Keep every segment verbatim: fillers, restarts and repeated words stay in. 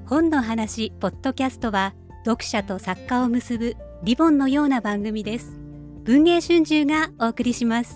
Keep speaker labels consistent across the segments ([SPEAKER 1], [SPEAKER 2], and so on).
[SPEAKER 1] 本の話ポッドキャストは読者と作家を結ぶリボンのような番組です。文藝春秋がお送りします。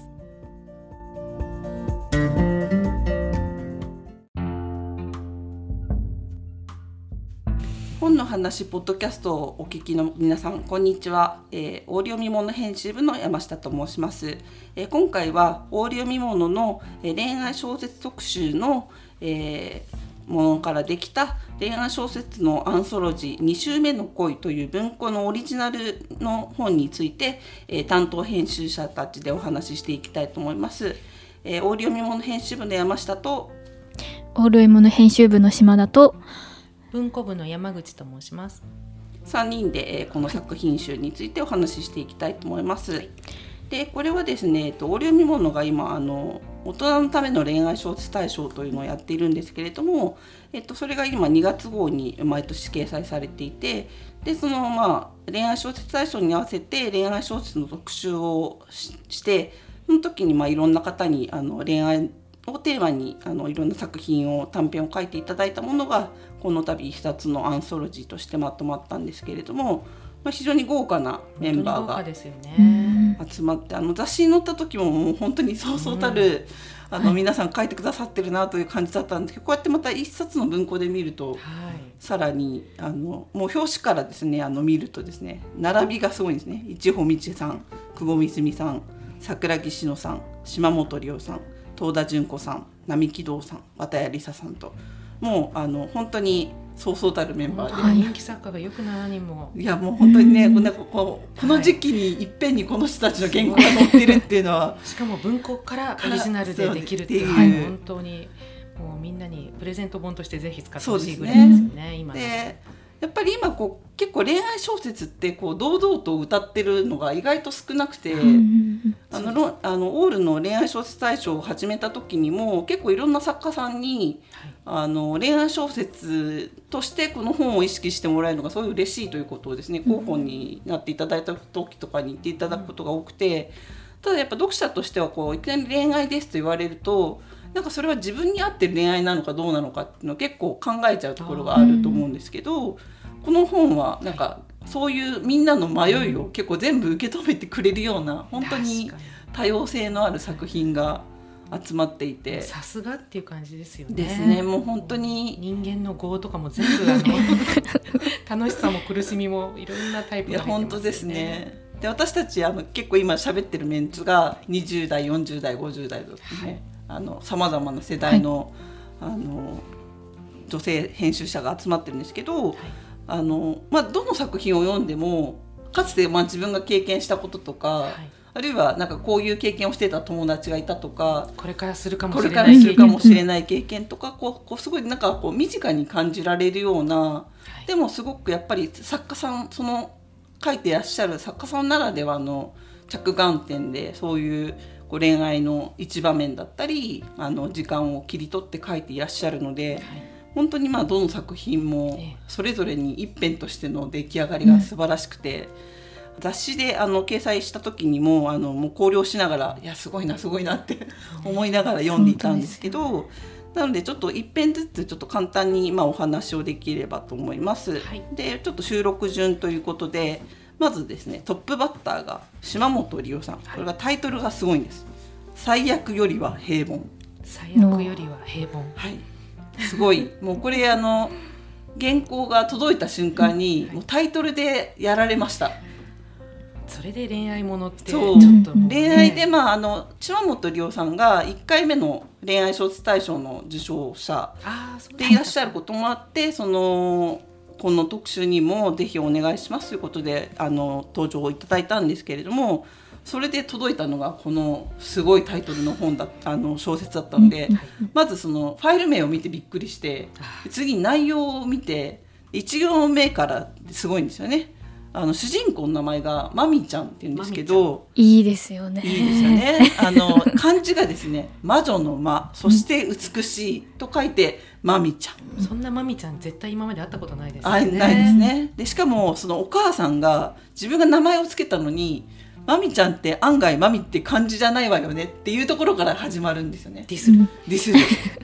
[SPEAKER 2] 本の話ポッドキャストをお聞きの皆さん、こんにちは。えー、オーディオミモノ編集部の山下と申します。えー、今回はオーディオミモノの恋愛小説特集の、えー、ものからできた恋愛小説のアンソロジーに週目の恋という文庫のオリジナルの本について、えー、担当編集者たちでお話ししていきたいと思います。えー、オーディオミモノ編集部の山下と
[SPEAKER 3] オールエモの編集部の島田と
[SPEAKER 4] 文庫部の山口と申します。
[SPEAKER 2] さんにんで、えー、この作品集についてお話ししていきたいと思います。はい、でこれはですね、えっと、オーディオミモノが今あの大人のための恋愛小説大賞というのをやっているんですけれども、えっと、それが今にがつ号に毎年掲載されていて、でその、まあ、恋愛小説大賞に合わせて恋愛小説の特集を し, してその時に、まあ、いろんな方にあの恋愛をテーマにあのいろんな作品を短編を書いていただいたものがこの度一冊のアンソロジーとしてまとまったんですけれども、まあ、非常に豪華なメンバーが集まって、あの雑誌に載った時ももう本当にそうそうたる、うん、あの皆さん書いてくださってるなという感じだったんですけど、こうやってまた一冊の文庫で見ると、はい、さらにあのもう表紙からですねあの見るとですね並びがすごいんですね。市穂道さん、久保みすみさん、桜木志乃さん、島本理生さん、東田純子さん、並木道さん、綿谷りささんと、もうあの本当にそうそうたるメンバーで、
[SPEAKER 4] 人気作家がよくななにんも、
[SPEAKER 2] いやもう本当にね、こんなこここの時期にいっぺんにこの人たちの原稿が載ってるっていうのは
[SPEAKER 4] しかも文庫からオリジナルでできるっていう、はい、本当にもうみんなにプレゼント本としてぜひ使ってほしいぐらいですよね。今
[SPEAKER 2] でやっぱり今こう結構恋愛小説ってこう堂々と歌ってるのが意外と少なくて、あのあのオールの恋愛小説大賞を始めた時にも結構いろんな作家さんに、はい、あの恋愛小説としてこの本を意識してもらえるのがすごい嬉しいということをですね、候補になっていただいた時とかに言っていただくことが多くて、ただやっぱ読者としてはこういきなり恋愛ですと言われると、なんかそれは自分に合ってる恋愛なのかどうなのかっていうのを結構考えちゃうところがあると思うんですけど、この本はなんかそういうみんなの迷いを結構全部受け止めてくれるような本当に多様性のある作品が集まっていて、
[SPEAKER 4] さすがっていう感じですよね。
[SPEAKER 2] ですね。もう本当に
[SPEAKER 4] 人間の業とかも全部あの楽しさも苦しみもいろんなタイプが入ってますよね。いや
[SPEAKER 2] 本当ですね。で私たちあの結構今喋ってるメンツがにじゅうだい、よんじゅうだい、ごじゅうだいとね、さまざまな世代の、はい、あの女性編集者が集まってるんですけど、はい、あのまあ、どの作品を読んでもかつてまあ自分が経験したこととか、はい、あるいはなんかこういう経験をしてた友達がいたとか、
[SPEAKER 4] これからするかもしれない
[SPEAKER 2] これからするかもしれない経験とか、こうこうすごいなんかこう身近に感じられるような、はい、でもすごくやっぱり作家さん、その書いていらっしゃる作家さんならではの着眼点でそういうこう恋愛の一場面だったりあの時間を切り取って書いていらっしゃるので、はい、本当にまあどの作品もそれぞれに一編としての出来上がりが素晴らしくて、うん、雑誌であの掲載した時にもあのもう考慮しながら、いやすごいなすごいなって思いながら読んでいたんですけど、なのでちょっと一編ずつちょっと簡単にまあお話をできればと思います。はい、でちょっと収録順ということで、まずですねトップバッターが島本理生さん、これがタイトルがすごいんです。最悪よりは平凡。
[SPEAKER 4] 最悪よりは平凡。
[SPEAKER 2] はい。すごい。もうこれあの原稿が届いた瞬間に、うん、もうタイトルでやられました。
[SPEAKER 4] それで恋愛ものってち
[SPEAKER 2] ょ
[SPEAKER 4] っと、ね、
[SPEAKER 2] 恋愛でまああの島本理生さんがいっかいめの恋愛小説大賞の受賞者でいらっしゃることもあって、そのこの特集にもぜひお願いしますということであの登場をいただいたんですけれども、それで届いたのがこのすごいタイトルの本だあの小説だったので、まずそのファイル名を見てびっくりして、次に内容を見ていち行目からすごいんですよね。あの主人公の名前がまみちゃんって言うんですけど、
[SPEAKER 3] いいですよね。
[SPEAKER 2] いいですよね。あの漢字がですね魔女の魔、そして美しいと書いてまみちゃん。
[SPEAKER 4] そんなまみちゃん絶対今まで会ったことないですよね。
[SPEAKER 2] あ、ないですね。でしかもそのお母さんが自分が名前をつけたのに、まみちゃんって案外まみって漢字じゃないわよねっていうところから始まるんですよね。
[SPEAKER 4] ディスる
[SPEAKER 2] ディスる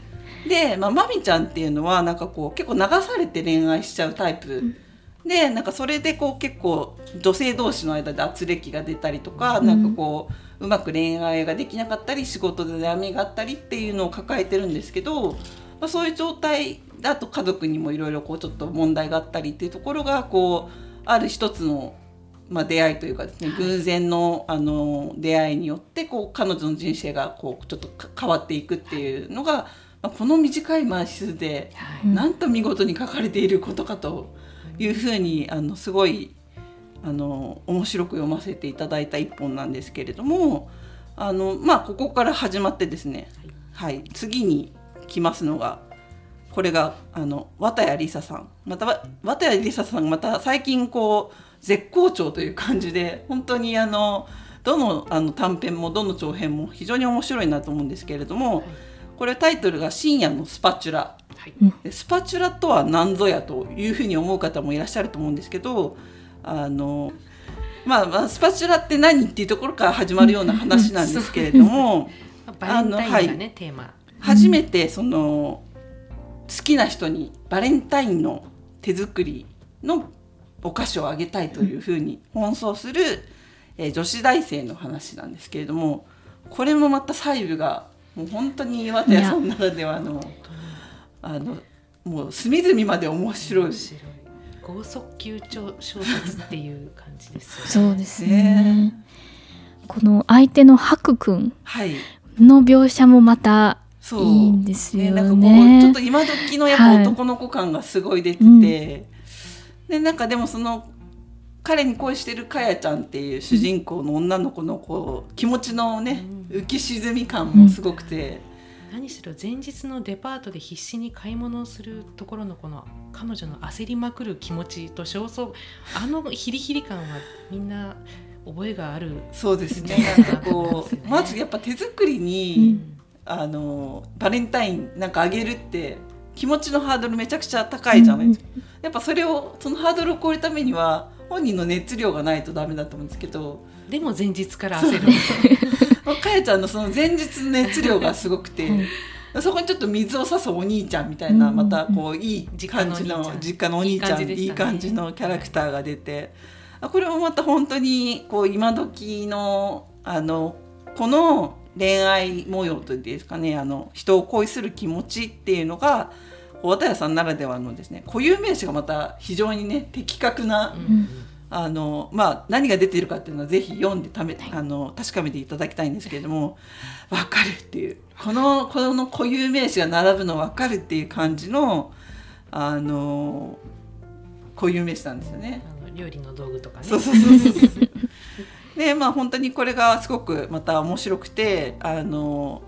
[SPEAKER 2] で、まあ、まみちゃんっていうのはなんかこう結構流されて恋愛しちゃうタイプで、なんかそれでこう結構女性同士の間で圧力が出たりとか、うん、なんかこううまく恋愛ができなかったり仕事で悩みがあったりっていうのを抱えてるんですけど、まあ、そういう状態だと家族にもいろいろこうちょっと問題があったりっていうところがこうある一つの、まあ、出会いというかですね、偶然の、あの出会いによってこう彼女の人生がこうちょっと変わっていくっていうのが、まあ、この短い枚数でなんと見事に書かれていることかというふうにあのすごいあの面白く読ませていただいた一本なんですけれども、あの、まあ、ここから始まってですね、はいはい、次に来ますのがこれがあの綿谷りささん、また綿谷りささんまた最近こう絶好調という感じで、本当にあのどの、あの短編もどの長編も非常に面白いなと思うんですけれども、はい、これタイトルが深夜のスパチュラ、はい、スパチュラとは何ぞやというふうに思う方もいらっしゃると思うんですけど、あの、まあ、まあスパチュラって何っていうところから始まるような話なんですけれども
[SPEAKER 4] バレンタインがね、はい、テーマ。
[SPEAKER 2] 初めてその好きな人にバレンタインの手作りのお菓子をあげたいというふうに奔走する、えー、女子大生の話なんですけれども、これもまた細部がもう本当に綿谷さんならではのあのもう隅々まで面白い。面白い
[SPEAKER 4] 剛速球小説っていう感じですよね。
[SPEAKER 3] そうですね。この相手のハクくんの描写もまたいいんですよね。
[SPEAKER 2] なんかこうちょっと今時のやっぱ男の子感がすごい出てて、はい、でなんかでもその彼に恋してるかやちゃんっていう主人公の女の子のこう気持ちのね、うん、浮き沈み感もすごくて、
[SPEAKER 4] うん、何しろ前日のデパートで必死に買い物をするところのこの彼女の焦りまくる気持ちと焦燥、あのヒリヒリ感はみんな覚えがある。
[SPEAKER 2] そうですね。なんかこうまずやっぱ手作りに、うん、あのバレンタインなんかあげるって気持ちのハードルめちゃくちゃ高いじゃないですか。うん、やっぱそれをそのハードルを超えるためには本人の熱量がないとダメだと思うんですけど、
[SPEAKER 4] でも前日から焦る
[SPEAKER 2] かやちゃんのその前日の熱量がすごくて、うん、そこにちょっと水を差すお兄ちゃんみたいな、またこういい感じの実家のお兄ちゃん、いい感じのキャラクターが出て、これもまた本当にこう今時のあのこの恋愛模様というんですかね、あの人を恋する気持ちっていうのが綿谷さんならではのですね、固有名詞がまた非常にね的確な、うん、あのまあ、何が出ているかっていうのはぜひ読んでため、はい、あの確かめていただきたいんですけれども、分かるっていうこのこの固有名詞が並ぶの分かるっていう感じのあの固有名詞なんですよね。
[SPEAKER 4] あの料理の道具とかね。
[SPEAKER 2] そうそうそうそうで、まあ、本当にこれがすごくまた面白くて、あの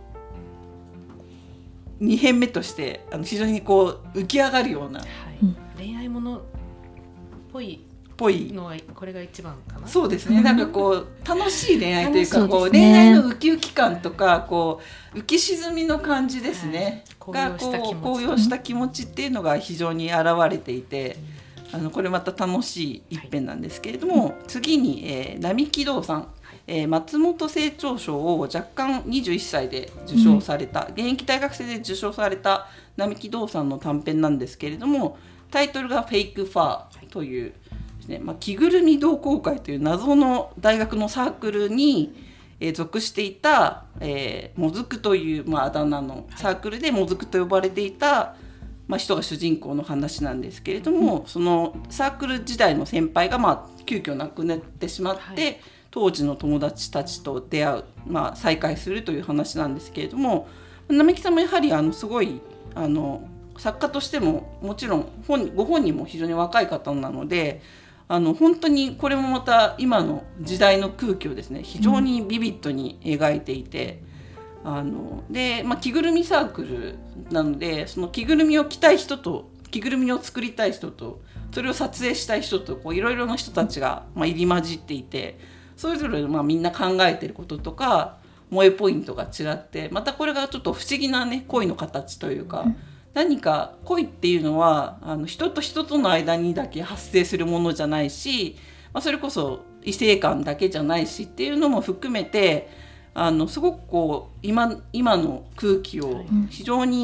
[SPEAKER 2] に編目としてあの非常にこう浮き上がるような、はい、
[SPEAKER 4] 恋愛ものっぽい
[SPEAKER 2] ぽい
[SPEAKER 4] のはこれが一番かな。
[SPEAKER 2] そうですね。なんかこう楽しい恋愛というか、こう恋愛のウキウキ感とかこう浮き沈みの感じですね、はい、がこう高揚した気持ちっていうのが非常に現れていて、うん、あのこれまた楽しい一編なんですけれども、はい、次に、えー、並木道さん、えー、松本清張賞を若干にじゅういっさいで受賞された、うん、現役大学生で受賞された並木道さんの短編なんですけれども、タイトルがフェイクファーというですね、まあ、着ぐるみ同好会という謎の大学のサークルに、えー、属していた、えー、もずくという、まあ、あだ名のサークルでもずくと呼ばれていた、まあ、人が主人公の話なんですけれども、そのサークル時代の先輩が、まあ、急遽亡くなってしまって、はい、当時の友達たちと出会う、まあ、再会するという話なんですけれども、並木さんもやはりあのすごいあの作家としてももちろん本ご本人も非常に若い方なので、あの本当にこれもまた今の時代の空気をですね非常にビビッドに描いていて、うん、あので、まあ、着ぐるみサークルなので、その着ぐるみを着たい人と着ぐるみを作りたい人とそれを撮影したい人とこういろいろな人たちが、まあ、入り混じっていて、それぞれ、まあ、みんな考えてることとか萌えポイントが違って、またこれがちょっと不思議な、ね、恋の形というか、うん、何か恋っていうのはあの人と人との間にだけ発生するものじゃないし、まあ、それこそ異性間だけじゃないしっていうのも含めて、あのすごくこう 今, 今の空気を非常に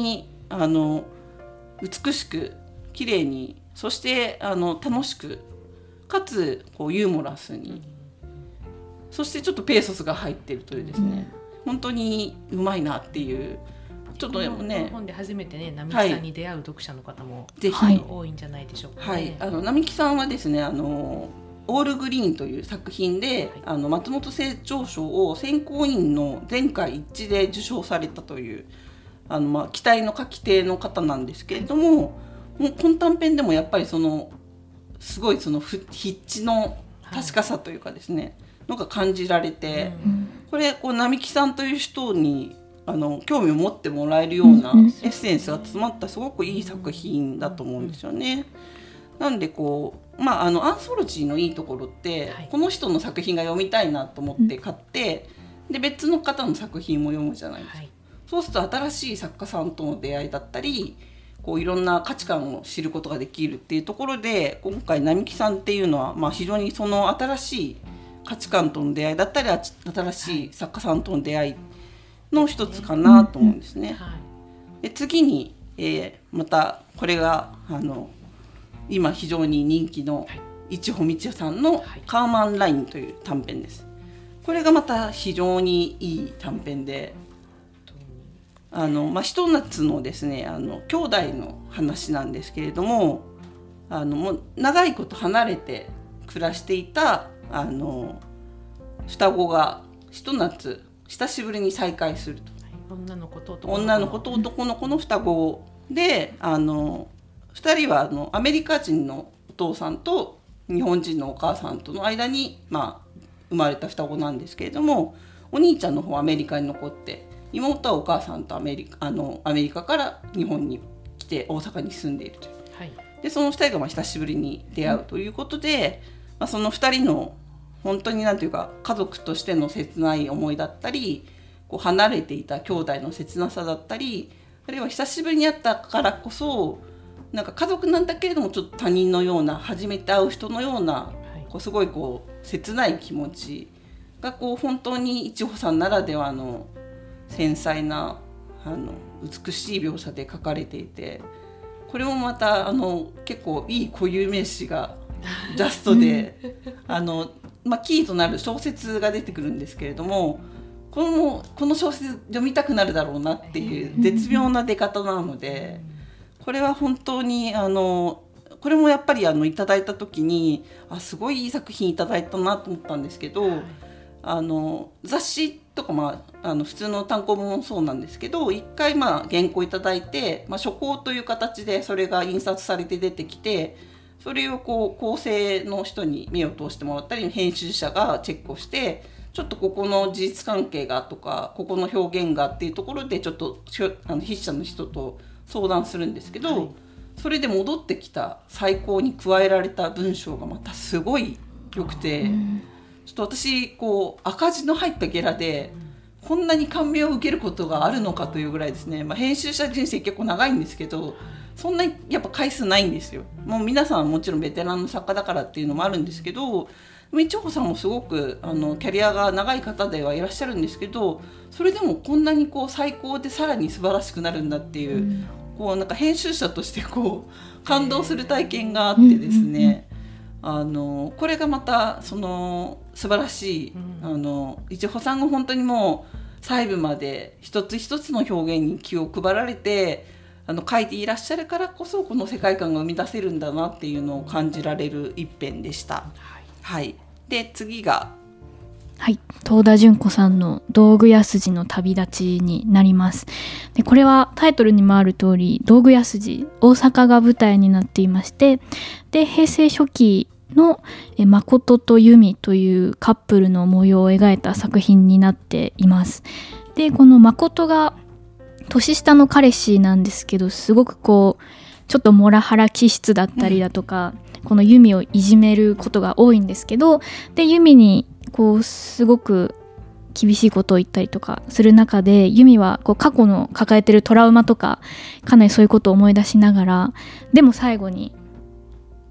[SPEAKER 2] あの美しく綺麗に、そしてあの楽しく、かつこうユーモラスに、そしてちょっとペーソスが入っているというですね、うん、本当にうまいなっていう。ちょっとでもね、
[SPEAKER 4] この本で初めてね並木さんに出会う読者の方も、
[SPEAKER 2] ぜひ
[SPEAKER 4] 多いんじゃないでしょうかね。
[SPEAKER 2] はい、あの並木さんはですね、あのオールグリーンという作品で、はい、あの松本清張賞を選考委員の全会一致で受賞されたという、あの、まあ、期待の書き手の方なんですけれども、もうこの短編でもやっぱりそのすごいその筆致の確かさというかですね、はい、のが感じられて、うん、これこう並木さんという人にあの興味を持ってもらえるようなエッセンスが詰まったすごくいい作品だと思うんですよね。なんでこう、まあ、あのアンソロジーのいいところって、はい、この人の作品が読みたいなと思って買って、で別の方の作品も読むじゃないですか、はい、そうすると新しい作家さんとの出会いだったり、こういろんな価値観を知ることができるっていうところで、今回並木さんっていうのは、まあ、非常にその新しい価値観との出会いだったり、新しい作家さんとの出会いの一つかなと思うんですね。はい、で次に、えー、またこれがあの今非常に人気の市穂道也さんのカーマンラインという短編です。これがまた非常にいい短編で、あの、まあ、ひと夏のですね、あの兄弟の話なんですけれども、あのもう長いこと離れて暮らしていたあの双子がひと夏久しぶりに再会すると。
[SPEAKER 4] 女の子と男の子の
[SPEAKER 2] 女の子と男の子の双子で、あのふたりはあのアメリカ人のお父さんと日本人のお母さんとの間に、まあ、生まれた双子なんですけれども、お兄ちゃんの方はアメリカに残って、妹はお母さんとアメリカ、あのアメリカから日本に来て大阪に住んでいるという、はい、でそのふたりがまあ久しぶりに出会うということで、うん、まあ、そのふたりの本当になんていうか家族としての切ない思いだったり、こう離れていた兄弟の切なさだったり、あるいは久しぶりに会ったからこそなんか家族なんだけれどもちょっと他人のような、初めて会う人のような、こうすごいこう切ない気持ちがこう本当に市穂さんならではの繊細なあの美しい描写で書かれていて、これもまたあの結構いい固有名詞がジャストであの、まあ、キーとなる小説が出てくるんですけれども、この、この小説読みたくなるだろうなっていう絶妙な出方なので、これは本当にあのこれもやっぱりあのいただいた時に、あすごいいい作品いただいたなと思ったんですけど、あの雑誌とか、まあ、あの普通の単行本もそうなんですけど、一回まあ原稿いただいて、まあ、初稿という形でそれが印刷されて出てきて、それをこう構成の人に目を通してもらったり、編集者がチェックをして、ちょっとここの事実関係がとかここの表現がっていうところでちょっとあの筆者の人と相談するんですけど、はい、それで戻ってきた最高に加えられた文章がまたすごい良くて、ちょっと私こう赤字の入ったゲラでこんなに感銘を受けることがあるのかというぐらいですね、まあ、編集者人生結構長いんですけど、そんなにやっぱ回数ないんですよ。もう皆さんもちろんベテランの作家だからっていうのもあるんですけど、市穂さんもすごくあのキャリアが長い方ではいらっしゃるんですけど、それでもこんなにこう最高でさらに素晴らしくなるんだっていう、うん、こうなんか編集者としてこう感動する体験があってですね、あのこれがまたその素晴らしい、うん、あの市穂さんが本当にもう細部まで一つ一つの表現に気を配られてあの書いていらっしゃるからこそ、この世界観が生み出せるんだなっていうのを感じられる一編でした。はいはい、で次が、
[SPEAKER 3] はい、遠田純子さんの道具屋筋の旅立ちになります。でこれはタイトルにもある通り道具屋筋大阪が舞台になっていまして、で平成初期のえ誠と由美というカップルの模様を描いた作品になっています。でこの誠が年下の彼氏なんですけど、すごくこうちょっとモラハラ気質だったりだとか、うん、このユミをいじめることが多いんですけど、でユミにこうすごく厳しいことを言ったりとかする中で、ユミはこう過去の抱えてるトラウマとかかなりそういうことを思い出しながら、でも最後に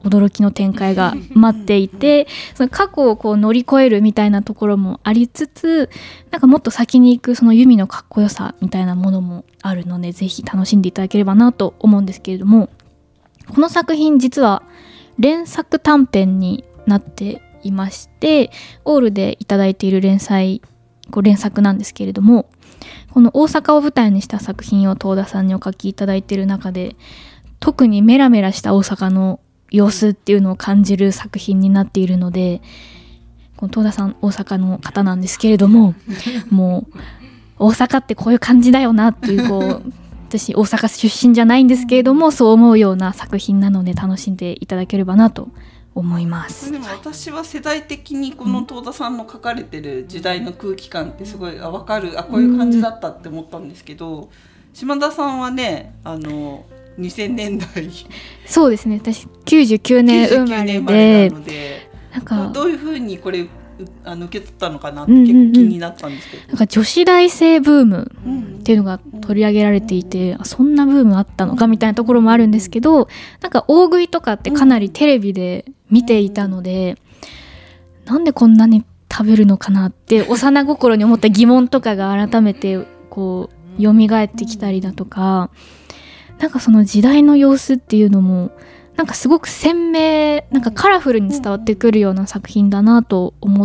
[SPEAKER 3] 驚きの展開が待っていてその過去をこう乗り越えるみたいなところもありつつ、なんかもっと先に行くそのユミのかっこよさみたいなものもあるので、ぜひ楽しんでいただければなと思うんですけれども、この作品実は連作短編になっていまして、オールでいただいている連載こう連作なんですけれども、この大阪を舞台にした作品を遠田さんにお書きいただいている中で、特にメラメラした大阪の様子っていうのを感じる作品になっているので、この遠田さん大阪の方なんですけれどももう大阪ってこういう感じだよなっていう、こう私大阪出身じゃないんですけれどもそう思うような作品なので楽しんでいただければなと思います。
[SPEAKER 2] でも私は世代的にこの遠田さんの書かれてる時代の空気感ってすごいあ分かる、あこういう感じだったって思ったんですけど、島田さんはねあのにせんねんだい
[SPEAKER 3] そうですね、私きゅうじゅうきゅうねん生まれで、
[SPEAKER 2] なので
[SPEAKER 3] なんか
[SPEAKER 2] どういうふうにこれあの受け取ったのかなって結構気になったんですけど、
[SPEAKER 3] なんか女子大生ブームっていうのが取り上げられていて、あそんなブームあったのかみたいなところもあるんですけど、なんか大食いとかってかなりテレビで見ていたので、なんでこんなに食べるのかなって幼心に思った疑問とかが改めてこう蘇ってきたりだとか、なんかその時代の様子っていうのもなんかすごく鮮明、なんかカラフルに伝わってくるような作品だなと思って、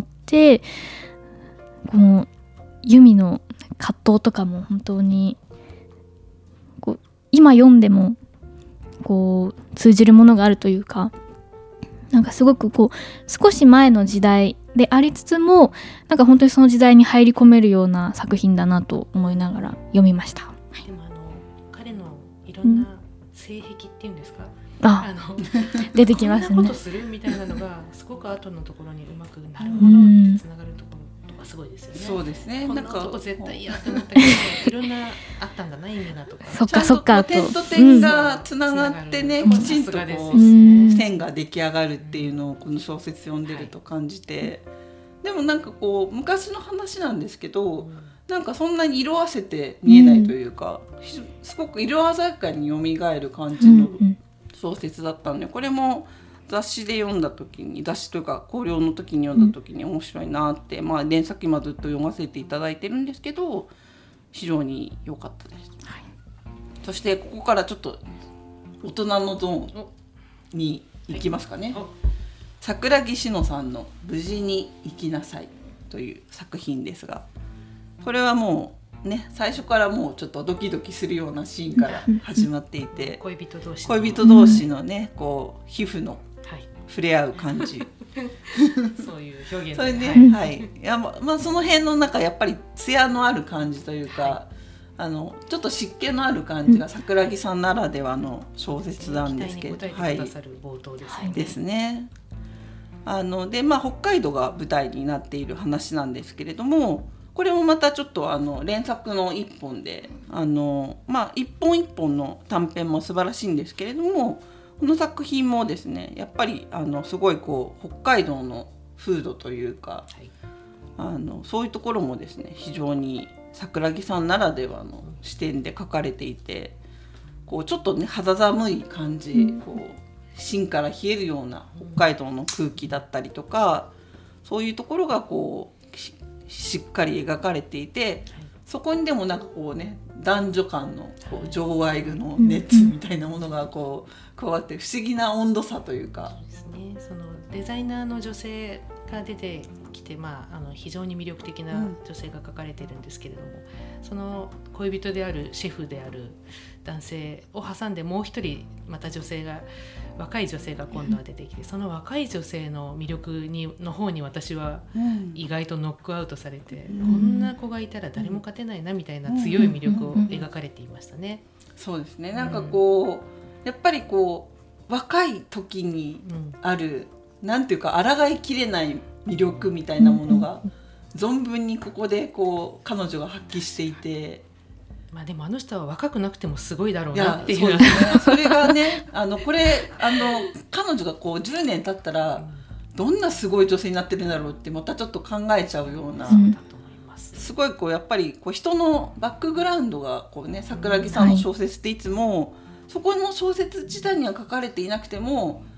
[SPEAKER 3] このユミの葛藤とかも本当にこう今読んでもこう通じるものがあるというか、なんかすごくこう少し前の時代でありつつもなんか本当にその時代に入り込めるような作品だなと思いながら読みました。
[SPEAKER 4] でもあの彼のいろんな性癖っていうんですか、
[SPEAKER 3] あ
[SPEAKER 4] あの
[SPEAKER 3] 出てきますね。
[SPEAKER 4] こんなことするみたいなのがすごく後のところにうまくなるほどってつながるところとかすごいですよね。
[SPEAKER 2] そうですね。
[SPEAKER 4] こんな
[SPEAKER 2] なんか
[SPEAKER 4] 男絶対嫌って思ったけどいろんなあったんだな意味がとか。
[SPEAKER 3] そっかそっかと
[SPEAKER 2] ちゃんと点と点がつながってね、
[SPEAKER 4] うん、
[SPEAKER 2] きちんとこう、
[SPEAKER 3] うん
[SPEAKER 2] 線が出来上がるっていうのをこの小説読んでると感じて、はい、でもなんかこう昔の話なんですけど、うん、なんかそんなに色あせて見えないというか、うん、すごく色鮮やかに蘇る感じの小説だったので、これも雑誌で読んだ時に、雑誌というか考慮の時に読んだ時に面白いなって、うん、まあ連作今ずっと読ませていただいてるんですけど非常に良かったです、はい、そしてここからちょっと大人のゾーンに行きますかね、はい、桜木志乃さんの無事に生きなさいという作品ですが、これはもうね、最初からもうちょっとドキドキするようなシーンから始まっていて
[SPEAKER 4] 恋人同士の
[SPEAKER 2] 恋人同士のね、こう皮膚の触れ合う感じ、はい、
[SPEAKER 4] そういう表現
[SPEAKER 2] それね、はい、いやままあその辺の中やっぱり艶のある感じというか、はい、あのちょっと湿気のある感じが桜木さんならではの小説なんですけど、
[SPEAKER 4] 期待に応えてくださる冒頭ですね。
[SPEAKER 2] ですね。あのでまあ北海道が舞台になっている話なんですけれども、これもまたちょっとあの連作の一本で、あのまあ一本一本の短編も素晴らしいんですけれども、この作品もですねやっぱりあのすごいこう北海道の風土というか、はい、あのそういうところもですね非常に桜木さんならではの視点で書かれていて、こうちょっとね肌寒い感じ、うん、こう芯から冷えるような北海道の空気だったりとか、そういうところがこう し, しっかり描かれていて、そこにでもなんかこうね男女間のこう情愛の熱みたいなものがこう加わって不思議な温度差というか、
[SPEAKER 4] そうですね、そのデザイナーの女性が出てきて、まあ、あの非常に魅力的な女性が描かれているんですけれども、うん、その恋人であるシェフである男性を挟んでもう一人また女性が若い女性が今度は出てきて、その若い女性の魅力にの方に私は意外とノックアウトされて、うん、こんな子がいたら誰も勝てないなみたいな強い魅力を描かれていましたね。
[SPEAKER 2] そうですね、なんかこう、うん、やっぱりこう若い時にある、うん、なんていうか抗いきれない魅力みたいなものが存分にここでこう彼女が発揮していて、
[SPEAKER 4] まあ、でもあの人は若くなくてもすごいだろうなっていう。
[SPEAKER 2] そうですね、それがねあのこれあの彼女がこうじゅうねん経ったらどんなすごい女性になってるんだろうってまたちょっと考えちゃうような、うん、すごいこうやっぱりこう人のバックグラウンドがこう、ね、桜木さんの小説っていつも、うんはい、そこの小説自体には書かれていなくても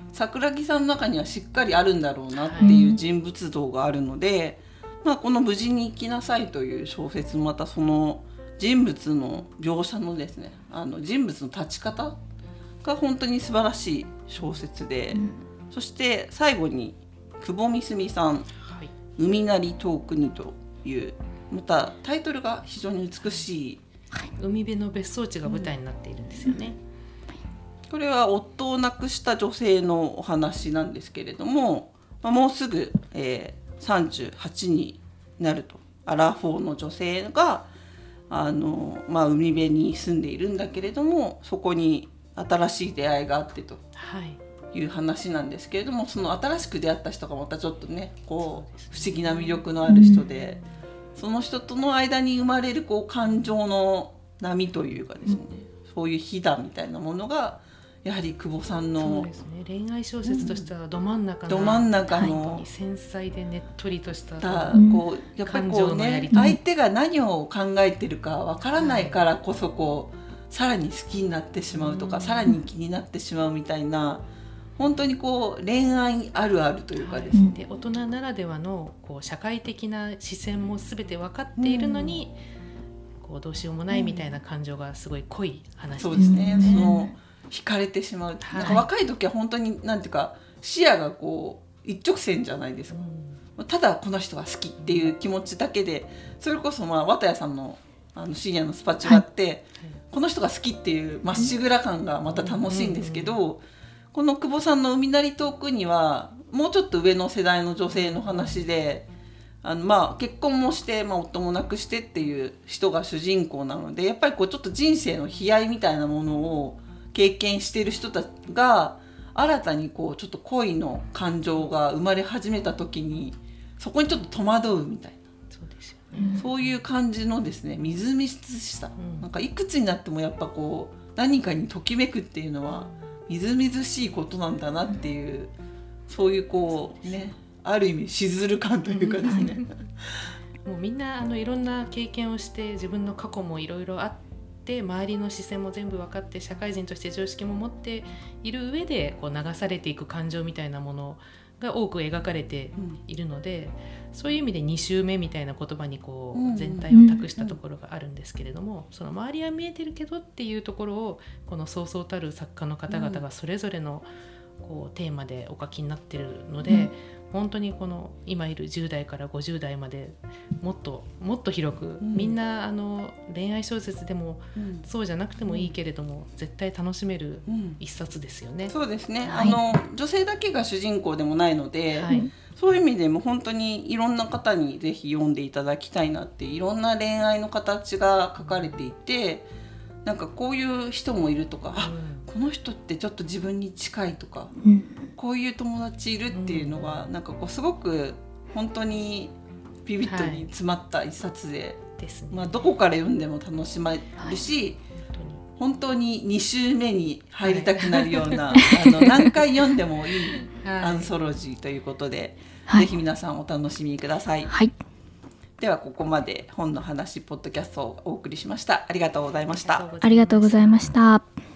[SPEAKER 2] 桜木さんの中にはしっかりあるんだろうなっていう人物像があるので、まあ、この無事に生きなさいという小説またその人物の描写のですね、あの人物の立ち方が本当に素晴らしい小説で、うん、そして最後に久保みすみさん、はい、海なり遠くにというまたタイトルが非常に美しい、
[SPEAKER 4] はい、海辺の別荘地が舞台になっているんですよね、
[SPEAKER 2] うん、これは夫を亡くした女性のお話なんですけれども、まあ、もうすぐ、えー、さんじゅうはちになるとアラフォーの女性があの、まあ、海辺に住んでいるんだけれども、そこに新しい出会いがあってという話なんですけれども、その新しく出会った人がまたちょっとねこう不思議な魅力のある人で、その人との間に生まれるこう感情の波というかですね、そういう火だみたいなものがやはり久保さんの
[SPEAKER 4] そうですね、恋愛小説としてはど真ん中の、
[SPEAKER 2] ど真ん中の、
[SPEAKER 4] はい、繊細でねっとりとした
[SPEAKER 2] こうやっぱりこうね、相手が何を考えてるかわからないからこそこうさらに好きになってしまうとか、さらに気になってしまうみたいな、本当にこう恋愛あるあるというかですね、
[SPEAKER 4] はい、で大人ならではのこう社会的な視線も全て分かっているのに、うん、こうどうしようもないみたいな感情がすごい濃い話ですね。
[SPEAKER 2] そうですね、その惹かれてしまう、はい、なんか若い時は本当になんていうか視野がこう一直線じゃないですか、うん、ただこの人が好きっていう気持ちだけで、それこそまあ綿谷さんのあの深夜のスパチュがあって、はい、この人が好きっていうまっしぐら感がまた楽しいんですけど、うんうんうん、この久保さんの海なり遠くにはもうちょっと上の世代の女性の話で、あのまあ結婚もして、まあ、夫も亡くしてっていう人が主人公なので、やっぱりこうちょっと人生の悲哀みたいなものを経験している人たちが新たにこうちょっと恋の感情が生まれ始めた時にそこにちょっと戸惑うみたいな、
[SPEAKER 4] そうですよね、
[SPEAKER 2] そういう感じのですねみずみずしさ、うん、なんかいくつになってもやっぱこう何かにときめくっていうのはみずみずしいことなんだなっていう、そういうこうね、ある意味しずる感というかですね
[SPEAKER 4] もうみんなあのいろんな経験をして自分の過去もいろいろあって周りの視線も全部分かって社会人として常識も持っている上でこう流されていく感情みたいなものが多く描かれているので、うん、そういう意味でに周目みたいな言葉にこう全体を託したところがあるんですけれども、その周りは見えてるけどっていうところをこのそうそうたる作家の方々がそれぞれのこうテーマでお書きになってるので、うん、本当にこの今いるじゅう代からごじゅう代までもっともっと広く、うん、みんなあの恋愛小説でも、うん、そうじゃなくてもいいけれども、うん、絶対楽しめる一冊ですよね、
[SPEAKER 2] うん、そうですね、はい、あの女性だけが主人公でもないので、はい、そういう意味でも本当にいろんな方にぜひ読んでいただきたいなって、いろんな恋愛の形が書かれていて、なんかこういう人もいるとか、うん、あ、この人ってちょっと自分に近いとか、うん、こういう友達いるっていうのが、うん、なんかこうすごく本当にビビッドに詰まった一冊で、はいですね、まあ、どこから読んでも楽しめるし、はい、本当にに週目に入りたくなるような、はい、あの何回読んでもいいアンソロジーということで、はい、ぜひ皆さんお楽しみください、はい、ではここまで本の話ポッドキャストをお送りしました。ありがとうございました。
[SPEAKER 3] ありがとうございました。